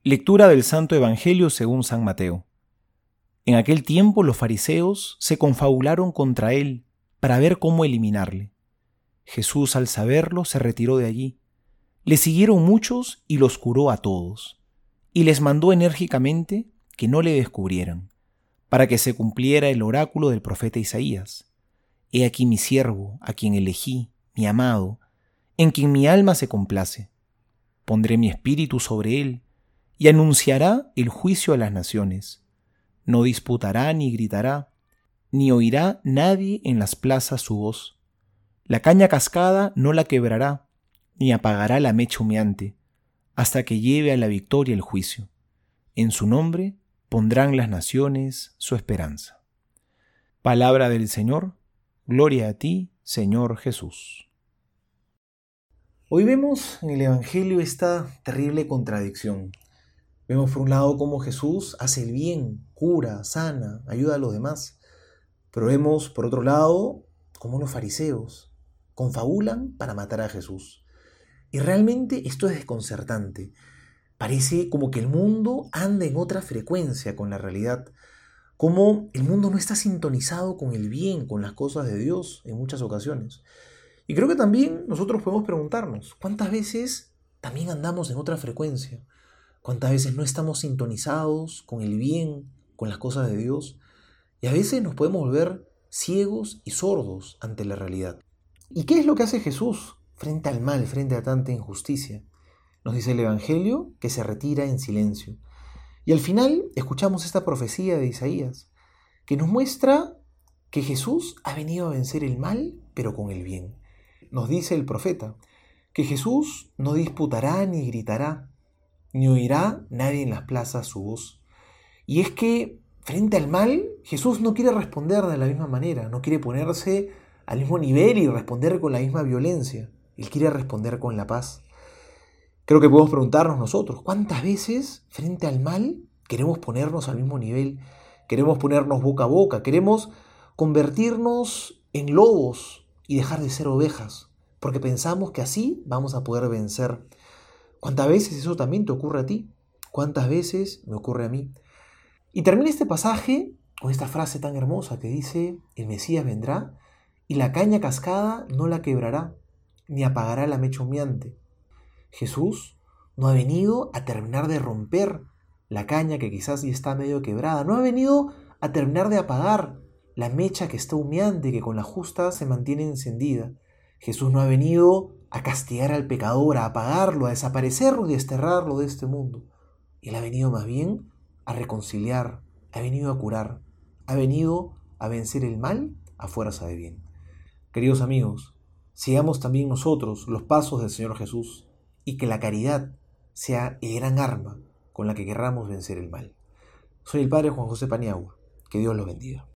Lectura del Santo Evangelio según San Mateo. En aquel tiempo los fariseos se confabularon contra él para ver cómo eliminarle. Jesús, al saberlo, se retiró de allí. Le siguieron muchos y los curó a todos, y les mandó enérgicamente que no le descubrieran, para que se cumpliera el oráculo del profeta Isaías. He aquí mi siervo, a quien elegí, mi amado, en quien mi alma se complace. Pondré mi espíritu sobre él, y anunciará el juicio a las naciones. No disputará ni gritará, ni oirá nadie en las plazas su voz. La caña cascada no la quebrará, ni apagará la mecha humeante, hasta que lleve a la victoria el juicio. En su nombre pondrán las naciones su esperanza. Palabra del Señor, gloria a ti, Señor Jesús. Hoy vemos en el Evangelio esta terrible contradicción. Vemos por un lado cómo Jesús hace el bien, cura, sana, ayuda a los demás. Pero vemos por otro lado cómo los fariseos confabulan para matar a Jesús. Y realmente esto es desconcertante. Parece como que el mundo anda en otra frecuencia con la realidad. Como el mundo no está sintonizado con el bien, con las cosas de Dios en muchas ocasiones. Y creo que también nosotros podemos preguntarnos, ¿cuántas veces también andamos en otra frecuencia? ¿Cuántas veces no estamos sintonizados con el bien, con las cosas de Dios? Y a veces nos podemos volver ciegos y sordos ante la realidad. ¿Y qué es lo que hace Jesús frente al mal, frente a tanta injusticia? Nos dice el Evangelio que se retira en silencio. Y al final escuchamos esta profecía de Isaías, que nos muestra que Jesús ha venido a vencer el mal, pero con el bien. Nos dice el profeta que Jesús no disputará ni gritará, ni oirá nadie en las plazas su voz. Y es que frente al mal, Jesús no quiere responder de la misma manera, no quiere ponerse al mismo nivel y responder con la misma violencia. Él quiere responder con la paz. Creo que podemos preguntarnos nosotros, ¿cuántas veces frente al mal queremos ponernos al mismo nivel? Queremos ponernos boca a boca, queremos convertirnos en lobos y dejar de ser ovejas, porque pensamos que así vamos a poder vencer. ¿Cuántas veces eso también te ocurre a ti? ¿Cuántas veces me ocurre a mí? Y termina este pasaje con esta frase tan hermosa que dice: el Mesías vendrá y la caña cascada no la quebrará, ni apagará la mecha humeante. Jesús no ha venido a terminar de romper la caña que quizás ya está medio quebrada, no ha venido a terminar de apagar la mecha que está humeante, que con la justa se mantiene encendida. Jesús no ha venido a castigar al pecador, a apagarlo, a desaparecerlo y desterrarlo de este mundo. Él ha venido más bien a reconciliar, ha venido a curar, ha venido a vencer el mal a fuerza de bien. Queridos amigos, sigamos también nosotros los pasos del Señor Jesús y que la caridad sea el gran arma con la que querramos vencer el mal. Soy el Padre Juan José Paniagua. Que Dios los bendiga.